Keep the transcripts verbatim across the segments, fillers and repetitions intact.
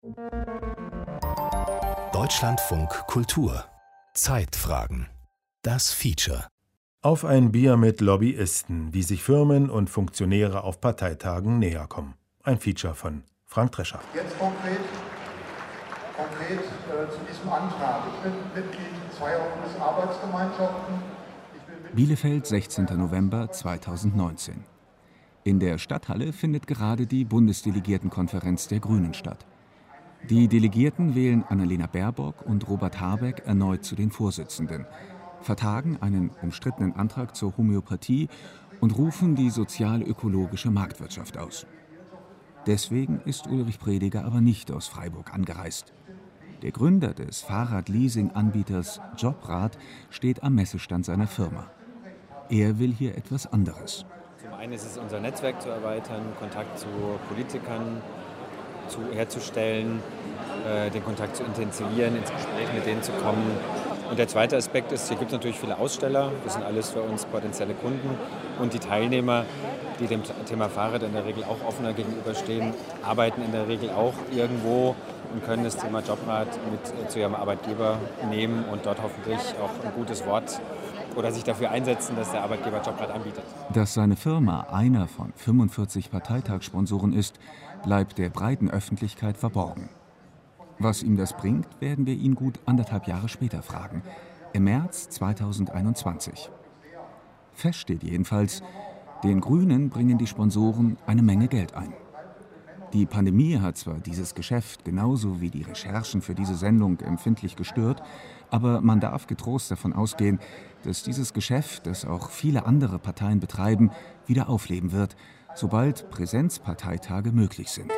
Deutschlandfunk Kultur. Zeitfragen. Das Feature. Auf ein Bier mit Lobbyisten, wie sich Firmen und Funktionäre auf Parteitagen näher kommen. Ein Feature von Frank Drescher. Jetzt konkret, konkret äh, zu diesem Antrag. Ich bin Mitglied zweier Bundesarbeitsgemeinschaften. Ich bin Mitglied Bielefeld, sechzehnter November zweitausendneunzehn. In der Stadthalle findet gerade die Bundesdelegiertenkonferenz der Grünen statt. Die Delegierten wählen Annalena Baerbock und Robert Habeck erneut zu den Vorsitzenden, vertagen einen umstrittenen Antrag zur Homöopathie und rufen die sozial-ökologische Marktwirtschaft aus. Deswegen ist Ulrich Prediger aber nicht aus Freiburg angereist. Der Gründer des Fahrradleasing-Anbieters Jobrad steht am Messestand seiner Firma. Er will hier etwas anderes. Zum einen ist es unser Netzwerk zu erweitern, Kontakt zu Politikern zu, herzustellen, äh, den Kontakt zu intensivieren, ins Gespräch mit denen zu kommen. Und der zweite Aspekt ist, hier gibt es natürlich viele Aussteller, das sind alles für uns potenzielle Kunden. Und die Teilnehmer, die dem Thema Fahrrad in der Regel auch offener gegenüberstehen, arbeiten in der Regel auch irgendwo und können das Thema Jobrad mit zu ihrem Arbeitgeber nehmen und dort hoffentlich auch ein gutes Wort oder sich dafür einsetzen, dass der Arbeitgeber Jobrad anbietet. Dass seine Firma einer von fünfundvierzig Parteitagssponsoren ist, bleibt der breiten Öffentlichkeit verborgen. Was ihm das bringt, werden wir ihn gut anderthalb Jahre später fragen, im März zweitausendeinundzwanzig. Fest steht jedenfalls, den Grünen bringen die Sponsoren eine Menge Geld ein. Die Pandemie hat zwar dieses Geschäft genauso wie die Recherchen für diese Sendung empfindlich gestört, aber man darf getrost davon ausgehen, dass dieses Geschäft, das auch viele andere Parteien betreiben, wieder aufleben wird, sobald Präsenzparteitage möglich sind.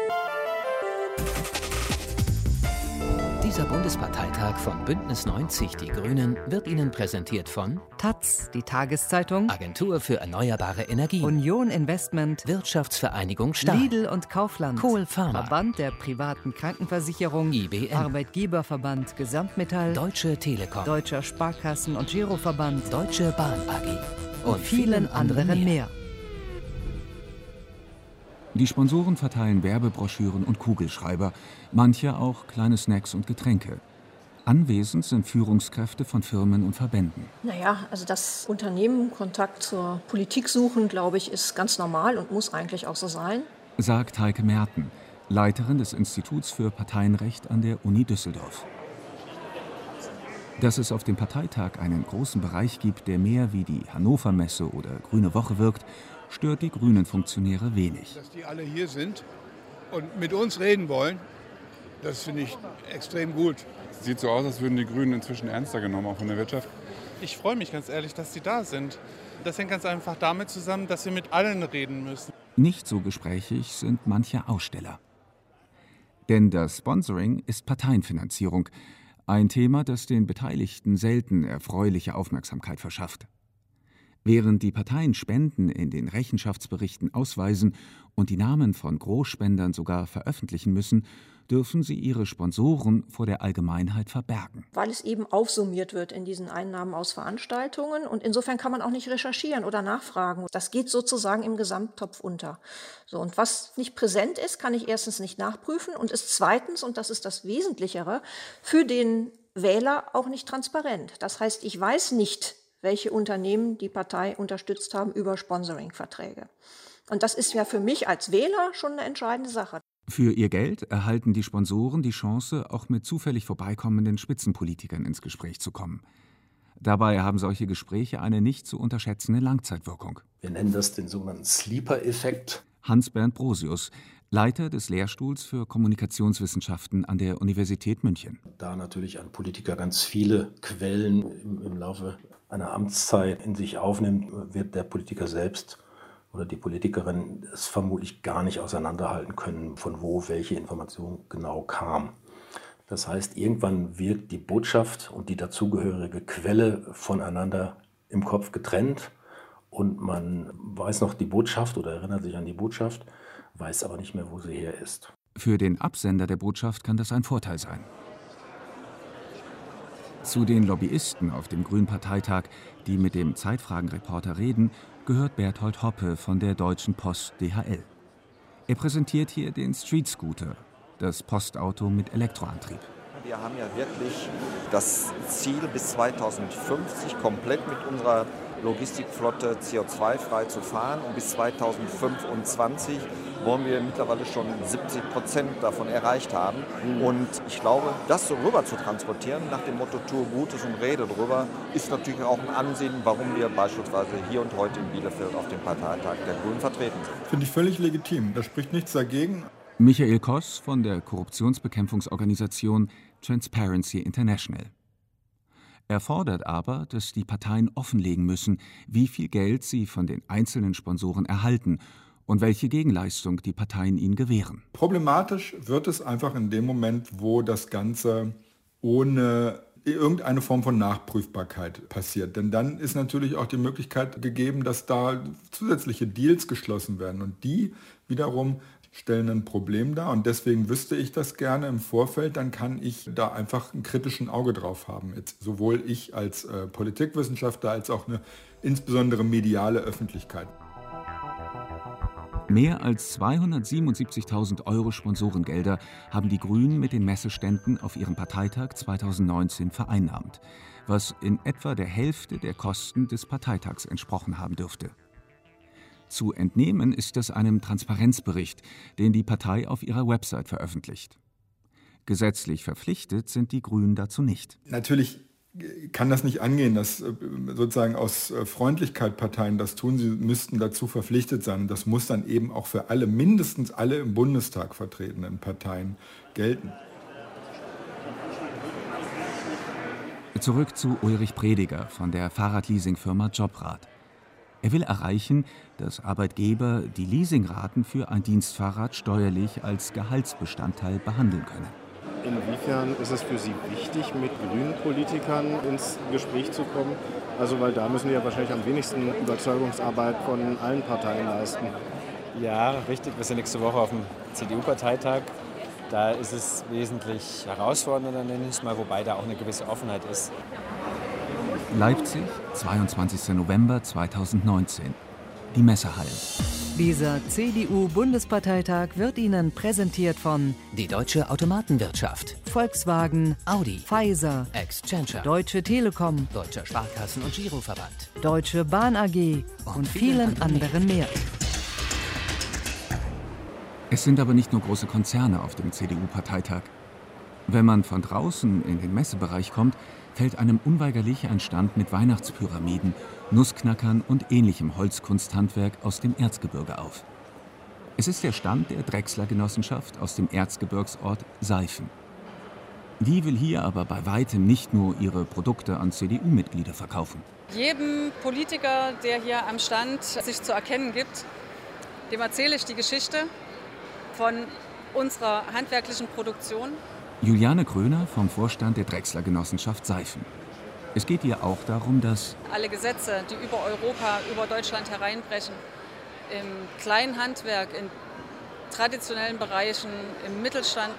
Dieser Bundesparteitag von Bündnis neunzig Die Grünen wird Ihnen präsentiert von Taz, die Tageszeitung, Agentur für erneuerbare Energien, Union Investment, Wirtschaftsvereinigung Stahl, Lidl und Kaufland, Kohl Pharma, Verband der privaten Krankenversicherung, I B M, Arbeitgeberverband Gesamtmetall, Deutsche Telekom, Deutscher Sparkassen- und Giroverband, Deutsche Bahn A G und, und vielen anderen mehr. mehr. Die Sponsoren verteilen Werbebroschüren und Kugelschreiber, manche auch kleine Snacks und Getränke. Anwesend sind Führungskräfte von Firmen und Verbänden. Naja, also das Unternehmen Kontakt zur Politik suchen, glaube ich, ist ganz normal und muss eigentlich auch so sein. Sagt Heike Merten, Leiterin des Instituts für Parteienrecht an der Uni Düsseldorf. Dass es auf dem Parteitag einen großen Bereich gibt, der mehr wie die Hannover Messe oder Grüne Woche wirkt, stört die Grünen-Funktionäre wenig. Dass die alle hier sind und mit uns reden wollen, das finde ich extrem gut. Sieht so aus, als würden die Grünen inzwischen ernster genommen, auch von der Wirtschaft. Ich freue mich ganz ehrlich, dass sie da sind. Das hängt ganz einfach damit zusammen, dass wir mit allen reden müssen. Nicht so gesprächig sind manche Aussteller. Denn das Sponsoring ist Parteienfinanzierung, ein Thema, das den Beteiligten selten erfreuliche Aufmerksamkeit verschafft. Während die Parteien Spenden in den Rechenschaftsberichten ausweisen und die Namen von Großspendern sogar veröffentlichen müssen, dürfen sie ihre Sponsoren vor der Allgemeinheit verbergen. Weil es eben aufsummiert wird in diesen Einnahmen aus Veranstaltungen und insofern kann man auch nicht recherchieren oder nachfragen. Das geht sozusagen im Gesamttopf unter. So, und was nicht präsent ist, kann ich erstens nicht nachprüfen und ist zweitens, und das ist das Wesentlichere, für den Wähler auch nicht transparent. Das heißt, ich weiß nicht, welche Unternehmen die Partei unterstützt haben über Sponsoring-Verträge. Und das ist ja für mich als Wähler schon eine entscheidende Sache. Für ihr Geld erhalten die Sponsoren die Chance, auch mit zufällig vorbeikommenden Spitzenpolitikern ins Gespräch zu kommen. Dabei haben solche Gespräche eine nicht zu unterschätzende Langzeitwirkung. Wir nennen das den sogenannten Sleeper-Effekt. Hans-Bernd Brosius, Leiter des Lehrstuhls für Kommunikationswissenschaften an der Universität München. Da natürlich ein Politiker ganz viele Quellen im, im Laufe einer Amtszeit in sich aufnimmt, wird der Politiker selbst oder die Politikerin es vermutlich gar nicht auseinanderhalten können, von wo welche Information genau kam. Das heißt, irgendwann wird die Botschaft und die dazugehörige Quelle voneinander im Kopf getrennt und man weiß noch die Botschaft oder erinnert sich an die Botschaft, weiß aber nicht mehr, wo sie her ist. Für den Absender der Botschaft kann das ein Vorteil sein. Zu den Lobbyisten auf dem Grünen-Parteitag, die mit dem Zeitfragen-Reporter reden, gehört Berthold Hoppe von der Deutschen Post D H L. Er präsentiert hier den Street Scooter, das Postauto mit Elektroantrieb. Wir haben ja wirklich das Ziel, bis zweitausendfünfzig komplett mit unserer Logistikflotte C O zwei frei zu fahren. Und bis zweitausendfünfundzwanzig wollen wir mittlerweile schon siebzig Prozent davon erreicht haben. Und ich glaube, das so rüber zu transportieren, nach dem Motto tue Gutes und rede drüber, ist natürlich auch ein Ansehen, warum wir beispielsweise hier und heute in Bielefeld auf dem Parteitag der Grünen vertreten sind. Finde ich völlig legitim. Da spricht nichts dagegen. Michael Koss von der Korruptionsbekämpfungsorganisation Transparency International. Er fordert aber, dass die Parteien offenlegen müssen, wie viel Geld sie von den einzelnen Sponsoren erhalten und welche Gegenleistung die Parteien ihnen gewähren. Problematisch wird es einfach in dem Moment, wo das Ganze ohne irgendeine Form von Nachprüfbarkeit passiert. Denn dann ist natürlich auch die Möglichkeit gegeben, dass da zusätzliche Deals geschlossen werden. Und die wiederum stellen ein Problem dar. Und deswegen wüsste ich das gerne im Vorfeld. Dann kann ich da einfach einen kritischen Auge drauf haben. Jetzt sowohl ich als äh, Politikwissenschaftler als auch eine insbesondere mediale Öffentlichkeit. Mehr als zweihundertsiebenundsiebzigtausend Euro Sponsorengelder haben die Grünen mit den Messeständen auf ihrem Parteitag zweitausendneunzehn vereinnahmt, was in etwa der Hälfte der Kosten des Parteitags entsprochen haben dürfte. Zu entnehmen ist das einem Transparenzbericht, den die Partei auf ihrer Website veröffentlicht. Gesetzlich verpflichtet sind die Grünen dazu nicht. Natürlich kann das nicht angehen, dass sozusagen aus Freundlichkeit Parteien das tun. Sie müssten dazu verpflichtet sein. Und das muss dann eben auch für alle, mindestens alle im Bundestag vertretenen Parteien gelten. Zurück zu Ulrich Prediger von der Fahrradleasingfirma Jobrad. Er will erreichen, dass Arbeitgeber die Leasingraten für ein Dienstfahrrad steuerlich als Gehaltsbestandteil behandeln können. Inwiefern ist es für Sie wichtig, mit grünen Politikern ins Gespräch zu kommen? Also, weil da müssen wir ja wahrscheinlich am wenigsten Überzeugungsarbeit von allen Parteien leisten. Ja, richtig. Wir sind nächste Woche auf dem C D U-Parteitag. Da ist es wesentlich herausfordernder, nenne ich es mal, wobei da auch eine gewisse Offenheit ist. Leipzig, zweiundzwanzigster November zweitausendneunzehn. Die Messehallen. Dieser C D U-Bundesparteitag wird Ihnen präsentiert von die Deutsche Automatenwirtschaft, Volkswagen, Audi, Pfizer, Accenture, Deutsche Telekom, Deutscher Sparkassen- und Giroverband, Deutsche Bahn A G und, und vielen anderen mehr. Es sind aber nicht nur große Konzerne auf dem C D U-Parteitag. Wenn man von draußen in den Messebereich kommt, fällt einem unweigerlich ein Stand mit Weihnachtspyramiden, Nussknackern und ähnlichem Holzkunsthandwerk aus dem Erzgebirge auf. Es ist der Stand der Drechsler-Genossenschaft aus dem Erzgebirgsort Seifen. Die will hier aber bei weitem nicht nur ihre Produkte an C D U-Mitglieder verkaufen. Jedem Politiker, der hier am Stand sich zu erkennen gibt, dem erzähle ich die Geschichte von unserer handwerklichen Produktion. Juliane Kröner vom Vorstand der Drechsler-Genossenschaft Seifen. Es geht ihr auch darum, dass alle Gesetze, die über Europa, über Deutschland hereinbrechen, im kleinen Handwerk, in traditionellen Bereichen, im Mittelstand,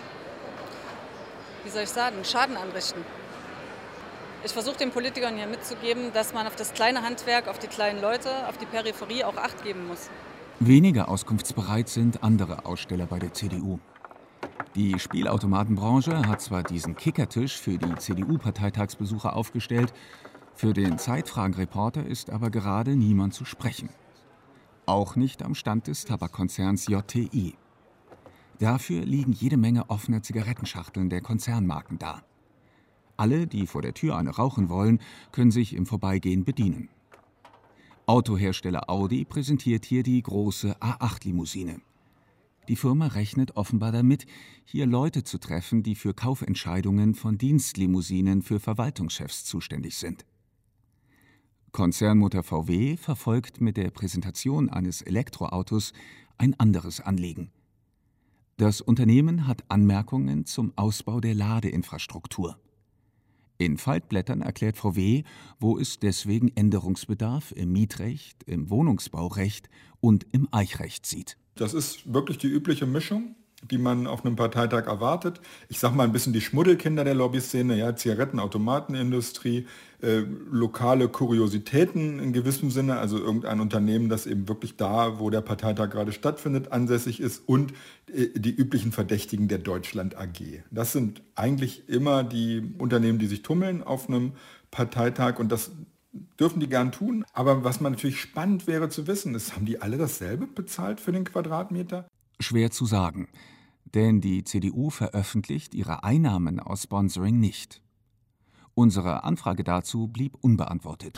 wie soll ich sagen, Schaden anrichten. Ich versuche den Politikern hier mitzugeben, dass man auf das kleine Handwerk, auf die kleinen Leute, auf die Peripherie auch Acht geben muss. Weniger auskunftsbereit sind andere Aussteller bei der C D U. Die Spielautomatenbranche hat zwar diesen Kickertisch für die C D U-Parteitagsbesucher aufgestellt, für den Zeitfragen-Reporter ist aber gerade niemand zu sprechen. Auch nicht am Stand des Tabakkonzerns J T I. Dafür liegen jede Menge offener Zigarettenschachteln der Konzernmarken da. Alle, die vor der Tür eine rauchen wollen, können sich im Vorbeigehen bedienen. Autohersteller Audi präsentiert hier die große A acht Limousine. Die Firma rechnet offenbar damit, hier Leute zu treffen, die für Kaufentscheidungen von Dienstlimousinen für Verwaltungschefs zuständig sind. Konzernmutter V W verfolgt mit der Präsentation eines Elektroautos ein anderes Anliegen. Das Unternehmen hat Anmerkungen zum Ausbau der Ladeinfrastruktur. In Faltblättern erklärt V W, wo es deswegen Änderungsbedarf im Mietrecht, im Wohnungsbaurecht und im Eichrecht sieht. Das ist wirklich die übliche Mischung. die man auf einem Parteitag erwartet. Ich sage mal ein bisschen die Schmuddelkinder der Lobbyszene, ja, Zigarettenautomatenindustrie, äh, lokale Kuriositäten in gewissem Sinne, also irgendein Unternehmen, das eben wirklich da, wo der Parteitag gerade stattfindet, ansässig ist und äh, die üblichen Verdächtigen der Deutschland A G. Das sind eigentlich immer die Unternehmen, die sich tummeln auf einem Parteitag und das dürfen die gern tun. Aber was man natürlich spannend wäre zu wissen, ist, haben die alle dasselbe bezahlt für den Quadratmeter? Schwer zu sagen, denn die C D U veröffentlicht ihre Einnahmen aus Sponsoring nicht. Unsere Anfrage dazu blieb unbeantwortet.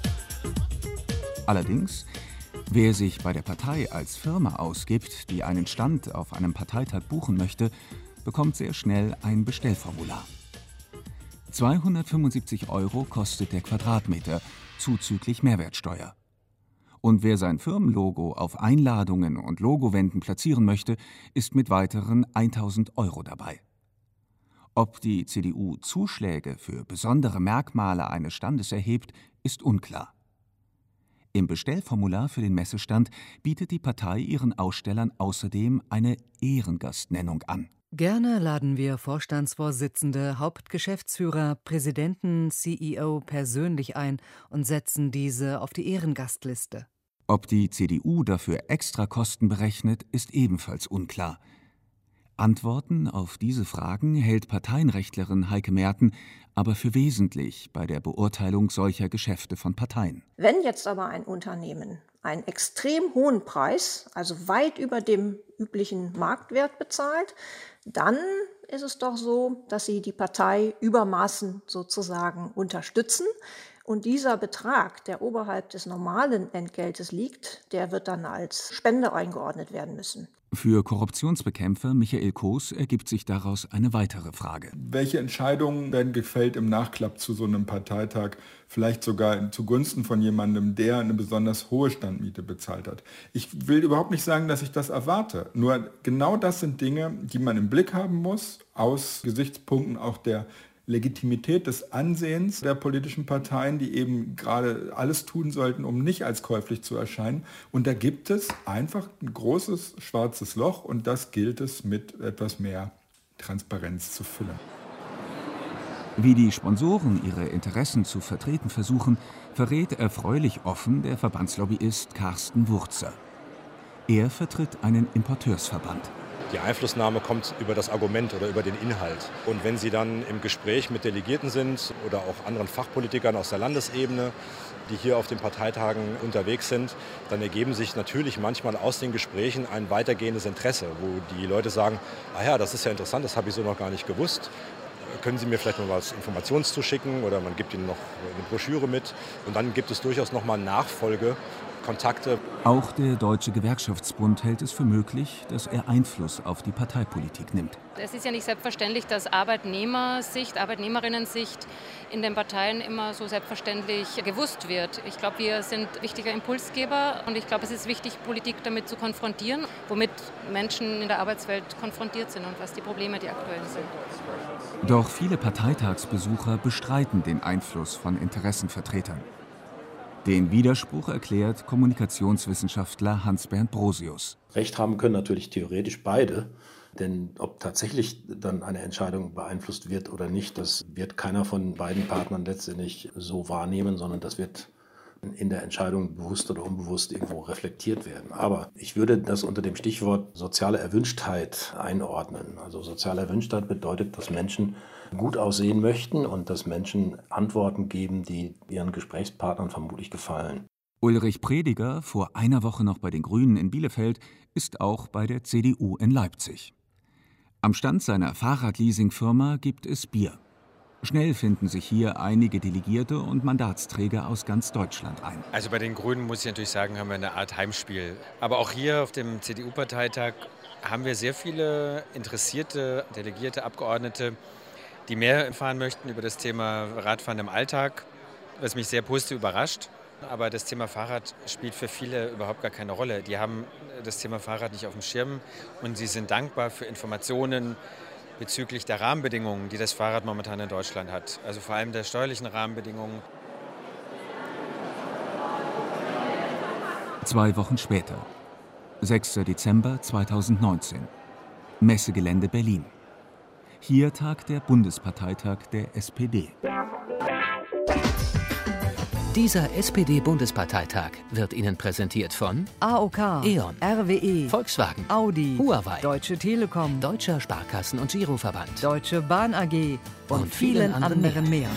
Allerdings, wer sich bei der Partei als Firma ausgibt, die einen Stand auf einem Parteitag buchen möchte, bekommt sehr schnell ein Bestellformular. zweihundertfünfundsiebzig Euro kostet der Quadratmeter, zuzüglich Mehrwertsteuer. Und wer sein Firmenlogo auf Einladungen und Logowänden platzieren möchte, ist mit weiteren eintausend Euro dabei. Ob die C D U Zuschläge für besondere Merkmale eines Standes erhebt, ist unklar. Im Bestellformular für den Messestand bietet die Partei ihren Ausstellern außerdem eine Ehrengastnennung an. Gerne laden wir Vorstandsvorsitzende, Hauptgeschäftsführer, Präsidenten, C E O persönlich ein und setzen diese auf die Ehrengastliste. Ob die C D U dafür extra Kosten berechnet, ist ebenfalls unklar. Antworten auf diese Fragen hält Parteienrechtlerin Heike Merten aber für wesentlich bei der Beurteilung solcher Geschäfte von Parteien. Wenn jetzt aber ein Unternehmen einen extrem hohen Preis, also weit über dem üblichen Marktwert bezahlt, dann ist es doch so, dass sie die Partei übermaßen sozusagen unterstützen. Und dieser Betrag, der oberhalb des normalen Entgeltes liegt, der wird dann als Spende eingeordnet werden müssen. Für Korruptionsbekämpfer Michael Koos ergibt sich daraus eine weitere Frage. Welche Entscheidungen werden gefällt im Nachklapp zu so einem Parteitag, vielleicht sogar zugunsten von jemandem, der eine besonders hohe Standmiete bezahlt hat? Ich will überhaupt nicht sagen, dass ich das erwarte. Nur genau das sind Dinge, die man im Blick haben muss, aus Gesichtspunkten auch der Legitimität des Ansehens der politischen Parteien, die eben gerade alles tun sollten, um nicht als käuflich zu erscheinen. Und da gibt es einfach ein großes schwarzes Loch und das gilt es mit etwas mehr Transparenz zu füllen. Wie die Sponsoren ihre Interessen zu vertreten versuchen, verrät erfreulich offen der Verbandslobbyist Carsten Wurzer. Er vertritt einen Importeursverband. Die Einflussnahme kommt über das Argument oder über den Inhalt. Und wenn Sie dann im Gespräch mit Delegierten sind oder auch anderen Fachpolitikern aus der Landesebene, die hier auf den Parteitagen unterwegs sind, dann ergeben sich natürlich manchmal aus den Gesprächen ein weitergehendes Interesse, wo die Leute sagen, ah ja, das ist ja interessant, das habe ich so noch gar nicht gewusst. Können Sie mir vielleicht noch was Informations zuschicken oder man gibt Ihnen noch eine Broschüre mit. Und dann gibt es durchaus noch mal Nachfolge. Kontakte. Auch der Deutsche Gewerkschaftsbund hält es für möglich, dass er Einfluss auf die Parteipolitik nimmt. Es ist ja nicht selbstverständlich, dass Arbeitnehmersicht, Arbeitnehmerinnensicht in den Parteien immer so selbstverständlich gewusst wird. Ich glaube, wir sind wichtiger Impulsgeber und ich glaube, es ist wichtig, Politik damit zu konfrontieren, womit Menschen in der Arbeitswelt konfrontiert sind und was die Probleme, die aktuell sind. Doch viele Parteitagsbesucher bestreiten den Einfluss von Interessenvertretern. Den Widerspruch erklärt Kommunikationswissenschaftler Hans-Bernd Brosius. Recht haben können natürlich theoretisch beide, denn ob tatsächlich dann eine Entscheidung beeinflusst wird oder nicht, das wird keiner von beiden Partnern letztendlich so wahrnehmen, sondern das wird in der Entscheidung bewusst oder unbewusst irgendwo reflektiert werden. Aber ich würde das unter dem Stichwort soziale Erwünschtheit einordnen. Also soziale Erwünschtheit bedeutet, dass Menschen gut aussehen möchten und dass Menschen Antworten geben, die ihren Gesprächspartnern vermutlich gefallen. Ulrich Prediger, vor einer Woche noch bei den Grünen in Bielefeld, ist auch bei der C D U in Leipzig. Am Stand seiner Fahrradleasingfirma gibt es Bier. Schnell finden sich hier einige Delegierte und Mandatsträger aus ganz Deutschland ein. Also bei den Grünen, muss ich natürlich sagen, haben wir eine Art Heimspiel. Aber auch hier auf dem C D U-Parteitag haben wir sehr viele interessierte, delegierte Abgeordnete, die mehr erfahren möchten über das Thema Radfahren im Alltag, was mich sehr positiv überrascht. Aber das Thema Fahrrad spielt für viele überhaupt gar keine Rolle. Die haben das Thema Fahrrad nicht auf dem Schirm und sie sind dankbar für Informationen bezüglich der Rahmenbedingungen, die das Fahrrad momentan in Deutschland hat. Also vor allem der steuerlichen Rahmenbedingungen. Zwei Wochen später, sechster Dezember zweitausendneunzehn. Messegelände Berlin. Hier tagt der Bundesparteitag der S P D. Dieser S P D-Bundesparteitag wird Ihnen präsentiert von A O K, E.ON, R W E, Volkswagen, Audi, Huawei, Deutsche Telekom, Deutscher Sparkassen- und Giroverband, Deutsche Bahn A G und, und vielen anderen mehr. mehr.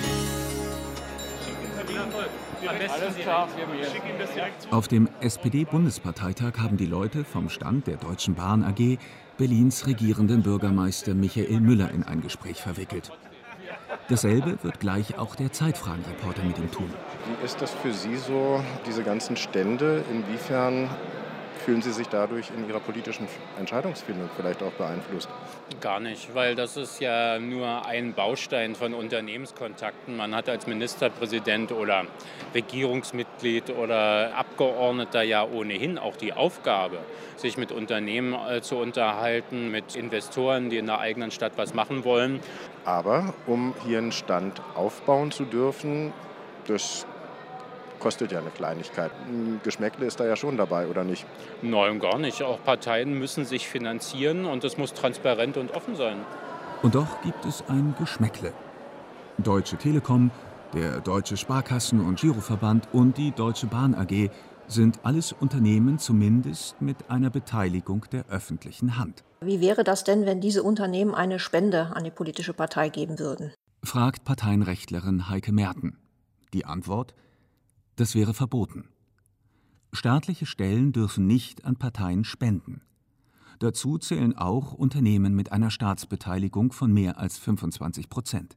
Auf dem S P D-Bundesparteitag haben die Leute vom Stand der Deutschen Bahn A G Berlins regierenden Bürgermeister Michael Müller in ein Gespräch verwickelt. Dasselbe wird gleich auch der Zeitfragen-Reporter mit ihm tun. Wie ist das für Sie so, diese ganzen Stände? Inwiefern fühlen Sie sich dadurch in Ihrer politischen Entscheidungsfindung vielleicht auch beeinflusst? Gar nicht, weil das ist ja nur ein Baustein von Unternehmenskontakten. Man hat als Ministerpräsident oder Regierungsmitglied oder Abgeordneter ja ohnehin auch die Aufgabe, sich mit Unternehmen äh, zu unterhalten, mit Investoren, die in der eigenen Stadt was machen wollen. Aber um hier einen Stand aufbauen zu dürfen, das kostet ja eine Kleinigkeit. Ein Geschmäckle ist da ja schon dabei, oder nicht? Nein, gar nicht. Auch Parteien müssen sich finanzieren und das muss transparent und offen sein. Und doch gibt es ein Geschmäckle. Deutsche Telekom, der Deutsche Sparkassen- und Giroverband und die Deutsche Bahn A G sind alles Unternehmen zumindest mit einer Beteiligung der öffentlichen Hand. Wie wäre das denn, wenn diese Unternehmen eine Spende an die politische Partei geben würden? Fragt Parteienrechtlerin Heike Merten. Die Antwort: Das wäre verboten. Staatliche Stellen dürfen nicht an Parteien spenden. Dazu zählen auch Unternehmen mit einer Staatsbeteiligung von mehr als fünfundzwanzig Prozent.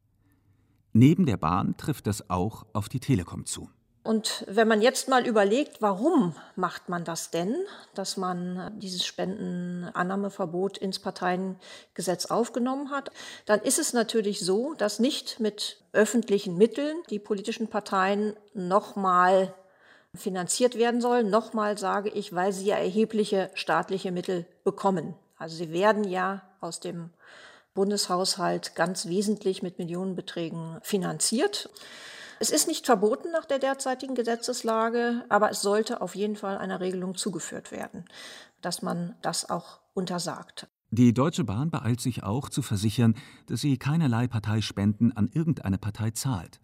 Neben der Bahn trifft das auch auf die Telekom zu. Und wenn man jetzt mal überlegt, warum macht man das denn, dass man dieses Spendenannahmeverbot ins Parteiengesetz aufgenommen hat, dann ist es natürlich so, dass nicht mit öffentlichen Mitteln die politischen Parteien nochmal finanziert werden sollen. Nochmal sage ich, weil sie ja erhebliche staatliche Mittel bekommen. Also sie werden ja aus dem Bundeshaushalt ganz wesentlich mit Millionenbeträgen finanziert. Es ist nicht verboten nach der derzeitigen Gesetzeslage, aber es sollte auf jeden Fall einer Regelung zugeführt werden, dass man das auch untersagt. Die Deutsche Bahn beeilt sich auch zu versichern, dass sie keinerlei Parteispenden an irgendeine Partei zahlt.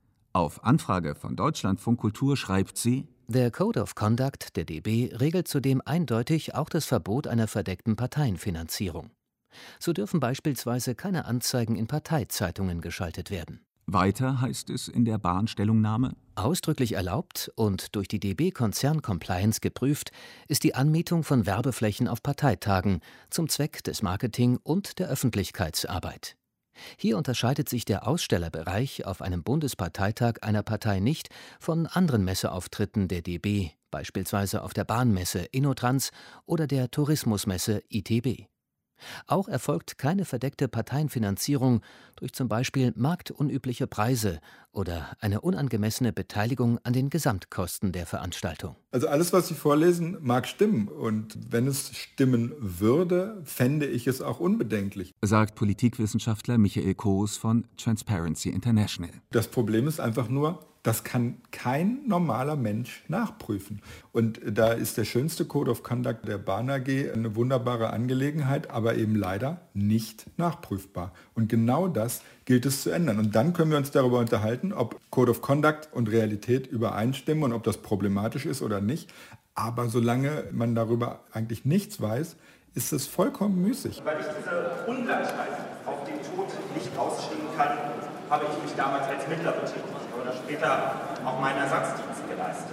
Auf Anfrage von Deutschlandfunk Kultur schreibt sie: Der Code of Conduct der D B regelt zudem eindeutig auch das Verbot einer verdeckten Parteienfinanzierung. So dürfen beispielsweise keine Anzeigen in Parteizeitungen geschaltet werden. Weiter heißt es in der Bahnstellungnahme: Ausdrücklich erlaubt und durch die D B-Konzern-Compliance geprüft ist die Anmietung von Werbeflächen auf Parteitagen zum Zweck des Marketing und der Öffentlichkeitsarbeit. Hier unterscheidet sich der Ausstellerbereich auf einem Bundesparteitag einer Partei nicht von anderen Messeauftritten der D B, beispielsweise auf der Bahnmesse InnoTrans oder der Tourismusmesse I T B. Auch erfolgt keine verdeckte Parteienfinanzierung durch zum Beispiel marktunübliche Preise oder eine unangemessene Beteiligung an den Gesamtkosten der Veranstaltung. Also alles, was Sie vorlesen, mag stimmen. Und wenn es stimmen würde, fände ich es auch unbedenklich, sagt Politikwissenschaftler Michael Koos von Transparency International. Das Problem ist einfach nur, das kann kein normaler Mensch nachprüfen. Und da ist der schönste Code of Conduct der Bahn A G eine wunderbare Angelegenheit, aber eben leider nicht nachprüfbar. Und genau das gilt es zu ändern. Und dann können wir uns darüber unterhalten, ob Code of Conduct und Realität übereinstimmen und ob das problematisch ist oder nicht. Aber solange man darüber eigentlich nichts weiß, ist es vollkommen müßig. Weil ich diese Ungleichheit auf den Tod nicht ausschieben kann, habe ich mich damals als Mittler betätigt oder später auch meinen Ersatzdienst geleistet.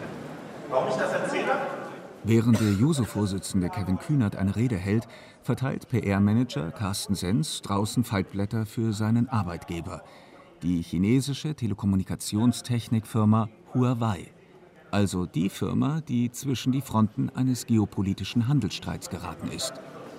Warum ich das erzähle? Während der Juso-Vorsitzende Kevin Kühnert eine Rede hält, verteilt P R-Manager Carsten Sens draußen Faltblätter für seinen Arbeitgeber, die chinesische Telekommunikationstechnikfirma Huawei. Also die Firma, die zwischen die Fronten eines geopolitischen Handelsstreits geraten ist.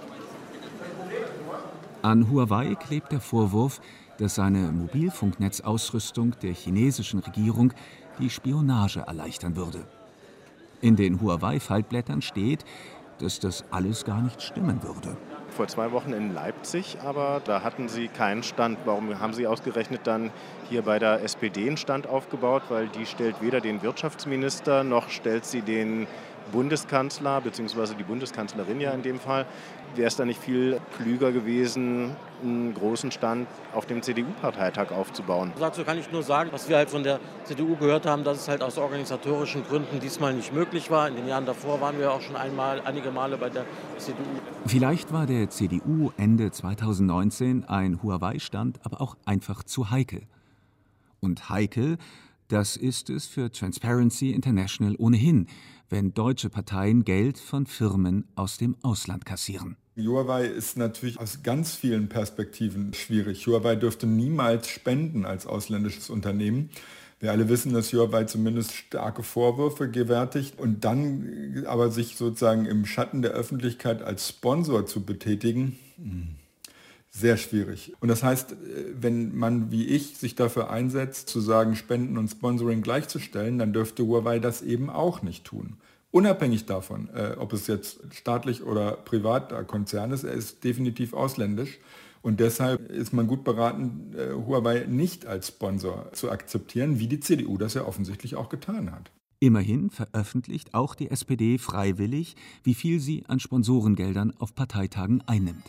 An Huawei klebt der Vorwurf, dass seine Mobilfunknetzausrüstung der chinesischen Regierung die Spionage erleichtern würde. In den Huawei-Faltblättern steht, dass das alles gar nicht stimmen würde. Vor zwei Wochen in Leipzig, aber da hatten Sie keinen Stand. Warum haben Sie ausgerechnet dann hier bei der S P D einen Stand aufgebaut? Weil die stellt weder den Wirtschaftsminister noch stellt sie den Bundeskanzler bzw. die Bundeskanzlerin ja in dem Fall, wäre es da nicht viel klüger gewesen, einen großen Stand auf dem C D U-Parteitag aufzubauen? Dazu kann ich nur sagen, was wir halt von der C D U gehört haben, dass es halt aus organisatorischen Gründen diesmal nicht möglich war. In den Jahren davor waren wir auch schon einmal, einige Male bei der C D U. Vielleicht war der C D U Ende zweitausendneunzehn ein Huawei-Stand aber auch einfach zu heikel. Und heikel, das ist es für Transparency International ohnehin, wenn deutsche Parteien Geld von Firmen aus dem Ausland kassieren. Huawei ist natürlich aus ganz vielen Perspektiven schwierig. Huawei dürfte niemals spenden als ausländisches Unternehmen. Wir alle wissen, dass Huawei zumindest starke Vorwürfe gewärtigt und dann aber sich sozusagen im Schatten der Öffentlichkeit als Sponsor zu betätigen, sehr schwierig. Und das heißt, wenn man wie ich sich dafür einsetzt, zu sagen, Spenden und Sponsoring gleichzustellen, dann dürfte Huawei das eben auch nicht tun. Unabhängig davon, äh, ob es jetzt staatlich oder privater Konzern ist, er ist definitiv ausländisch. Und deshalb ist man gut beraten, äh, Huawei nicht als Sponsor zu akzeptieren, wie die C D U das ja offensichtlich auch getan hat. Immerhin veröffentlicht auch die S P D freiwillig, wie viel sie an Sponsorengeldern auf Parteitagen einnimmt.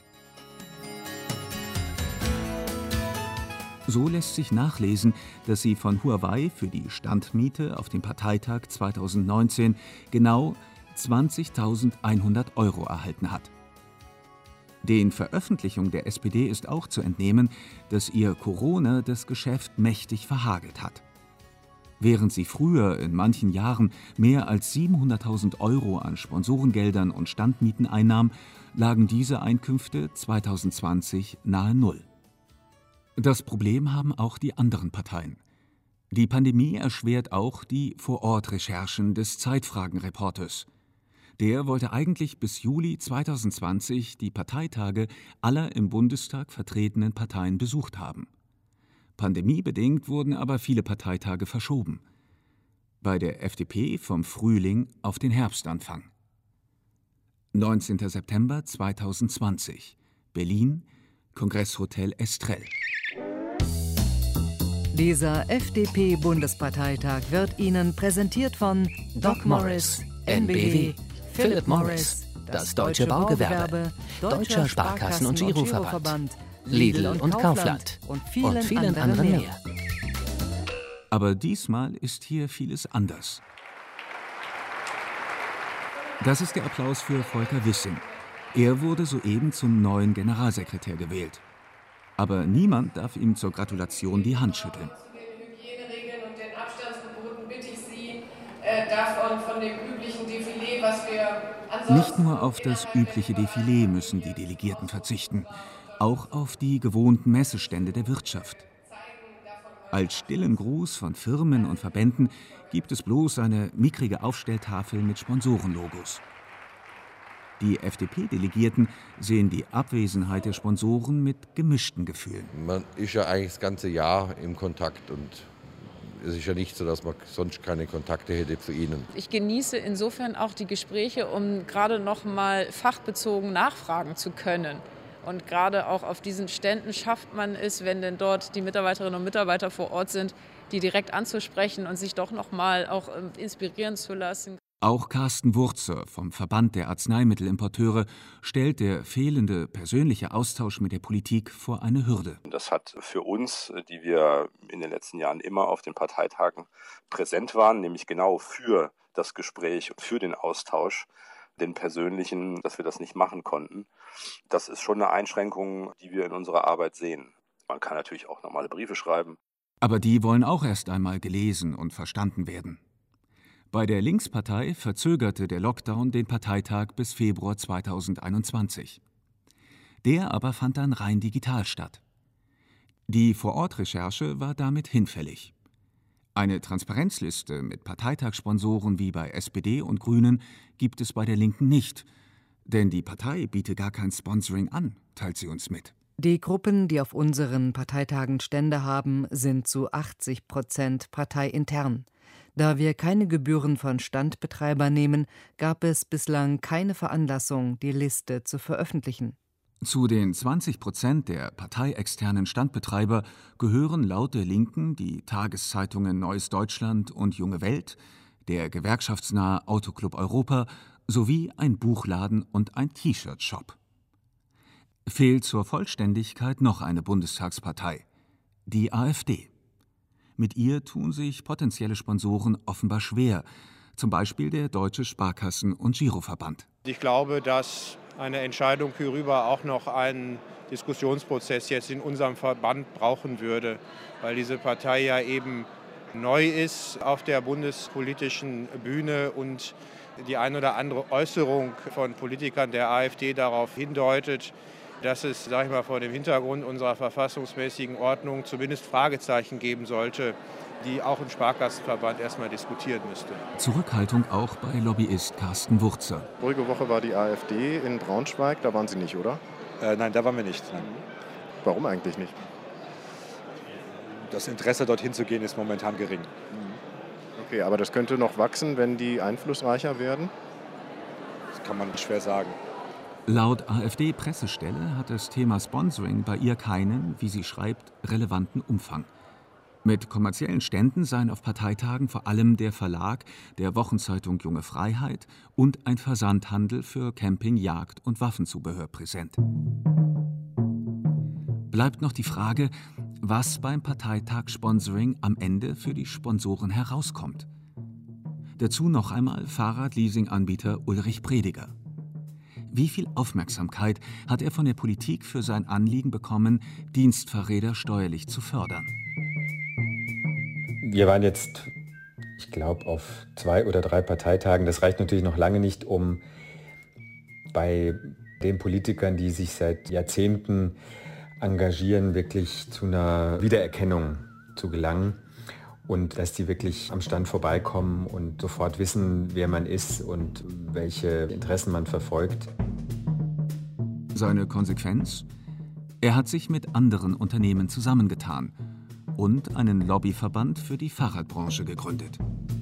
So lässt sich nachlesen, dass sie von Huawei für die Standmiete auf dem Parteitag zweitausendneunzehn genau zwanzigtausendeinhundert Euro erhalten hat. Den Veröffentlichungen der S P D ist auch zu entnehmen, dass ihr Corona das Geschäft mächtig verhagelt hat. Während sie früher in manchen Jahren mehr als siebenhunderttausend Euro an Sponsorengeldern und Standmieten einnahm, lagen diese Einkünfte zweitausendzwanzig nahe Null. Das Problem haben auch die anderen Parteien. Die Pandemie erschwert auch die Vor-Ort-Recherchen des Zeitfragen-Reporters. Der wollte eigentlich bis Juli zweitausendzwanzig die Parteitage aller im Bundestag vertretenen Parteien besucht haben. Pandemiebedingt wurden aber viele Parteitage verschoben. Bei der F D P vom Frühling auf den Herbstanfang. neunzehnter September zweitausendzwanzig, Berlin, Kongresshotel Estrell. Dieser F D P-Bundesparteitag wird Ihnen präsentiert von Doc Morris, N B W, Philip Morris, das Deutsche Baugewerbe, Deutscher Sparkassen- und Giroverband, Lidl und Kaufland und vielen, und vielen anderen mehr. mehr. Aber diesmal ist hier vieles anders. Das ist der Applaus für Volker Wissing. Er wurde soeben zum neuen Generalsekretär gewählt. Aber niemand darf ihm zur Gratulation die Hand schütteln. Zu den Hygieneregeln und den Abstandsgeboten bitte ich Sie, äh, davon von dem üblichen Defilé, was wir ansonsten... Nicht nur auf das übliche Defilé müssen die Delegierten verzichten, auch auf die gewohnten Messestände der Wirtschaft. Als stillen Gruß von Firmen und Verbänden gibt es bloß eine mickrige Aufstelltafel mit Sponsorenlogos. Die F D P-Delegierten sehen die Abwesenheit der Sponsoren mit gemischten Gefühlen. Man ist ja eigentlich das ganze Jahr im Kontakt und es ist ja nicht so, dass man sonst keine Kontakte hätte zu ihnen. Ich genieße insofern auch die Gespräche, um gerade noch mal fachbezogen nachfragen zu können. Und gerade auch auf diesen Ständen schafft man es, wenn denn dort die Mitarbeiterinnen und Mitarbeiter vor Ort sind, die direkt anzusprechen und sich doch noch mal auch inspirieren zu lassen. Auch Carsten Wurzer vom Verband der Arzneimittelimporteure stellt der fehlende persönliche Austausch mit der Politik vor eine Hürde. Das hat für uns, die wir in den letzten Jahren immer auf den Parteitagen präsent waren, nämlich genau für das Gespräch und für den Austausch, den persönlichen, dass wir das nicht machen konnten. Das ist schon eine Einschränkung, die wir in unserer Arbeit sehen. Man kann natürlich auch normale Briefe schreiben. Aber die wollen auch erst einmal gelesen und verstanden werden. Bei der Linkspartei verzögerte der Lockdown den Parteitag bis Februar zweitausendeinundzwanzig. Der aber fand dann rein digital statt. Die Vor-Ort-Recherche war damit hinfällig. Eine Transparenzliste mit Parteitagssponsoren wie bei S P D und Grünen gibt es bei der Linken nicht. Denn die Partei biete gar kein Sponsoring an, teilt sie uns mit. Die Gruppen, die auf unseren Parteitagen Stände haben, sind zu achtzig Prozent parteiintern. Da wir keine Gebühren von Standbetreibern nehmen, gab es bislang keine Veranlassung, die Liste zu veröffentlichen. Zu den zwanzig Prozent der parteiexternen Standbetreiber gehören laut der Linken die Tageszeitungen Neues Deutschland und Junge Welt, der gewerkschaftsnahe Autoclub Europa sowie ein Buchladen und ein T-Shirt-Shop. Fehlt zur Vollständigkeit noch eine Bundestagspartei, die AfD. Mit ihr tun sich potenzielle Sponsoren offenbar schwer, zum Beispiel der Deutsche Sparkassen- und Giroverband. Ich glaube, dass eine Entscheidung hierüber auch noch einen Diskussionsprozess jetzt in unserem Verband brauchen würde, weil diese Partei ja eben neu ist auf der bundespolitischen Bühne und die ein oder andere Äußerung von Politikern der AfD darauf hindeutet, dass es, sage ich mal, vor dem Hintergrund unserer verfassungsmäßigen Ordnung zumindest Fragezeichen geben sollte, die auch im Sparkassenverband erstmal diskutieren müsste. Zurückhaltung auch bei Lobbyist Carsten Wurzer. Vorige Woche war die AfD in Braunschweig, da waren Sie nicht, oder? Äh, nein, da waren wir nicht. Nein. Warum eigentlich nicht? Das Interesse, dorthin zu gehen, ist momentan gering. Okay, aber das könnte noch wachsen, wenn die einflussreicher werden? Das kann man schwer sagen. Laut AfD-Pressestelle hat das Thema Sponsoring bei ihr keinen, wie sie schreibt, relevanten Umfang. Mit kommerziellen Ständen seien auf Parteitagen vor allem der Verlag der Wochenzeitung Junge Freiheit und ein Versandhandel für Camping, Jagd und Waffenzubehör präsent. Bleibt noch die Frage, was beim Parteitag Sponsoring am Ende für die Sponsoren herauskommt. Dazu noch einmal Fahrradleasinganbieter Ulrich Prediger. Wie viel Aufmerksamkeit hat er von der Politik für sein Anliegen bekommen, Dienstfahrräder steuerlich zu fördern? Wir waren jetzt, ich glaube, auf zwei oder drei Parteitagen. Das reicht natürlich noch lange nicht, um bei den Politikern, die sich seit Jahrzehnten engagieren, wirklich zu einer Wiedererkennung zu gelangen. Und dass die wirklich am Stand vorbeikommen und sofort wissen, wer man ist und welche Interessen man verfolgt. Seine Konsequenz? Er hat sich mit anderen Unternehmen zusammengetan und einen Lobbyverband für die Fahrradbranche gegründet.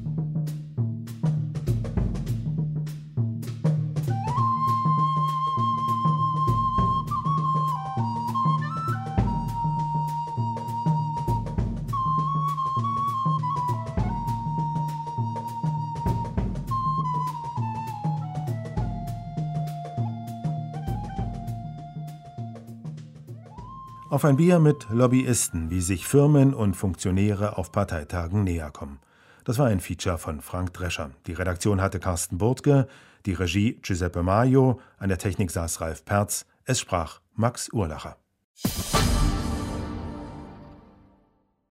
Auf ein Bier mit Lobbyisten, wie sich Firmen und Funktionäre auf Parteitagen näher kommen. Das war ein Feature von Frank Drescher. Die Redaktion hatte Carsten Burtke, die Regie Giuseppe Maio, an der Technik saß Ralf Perz, es sprach Max Urlacher.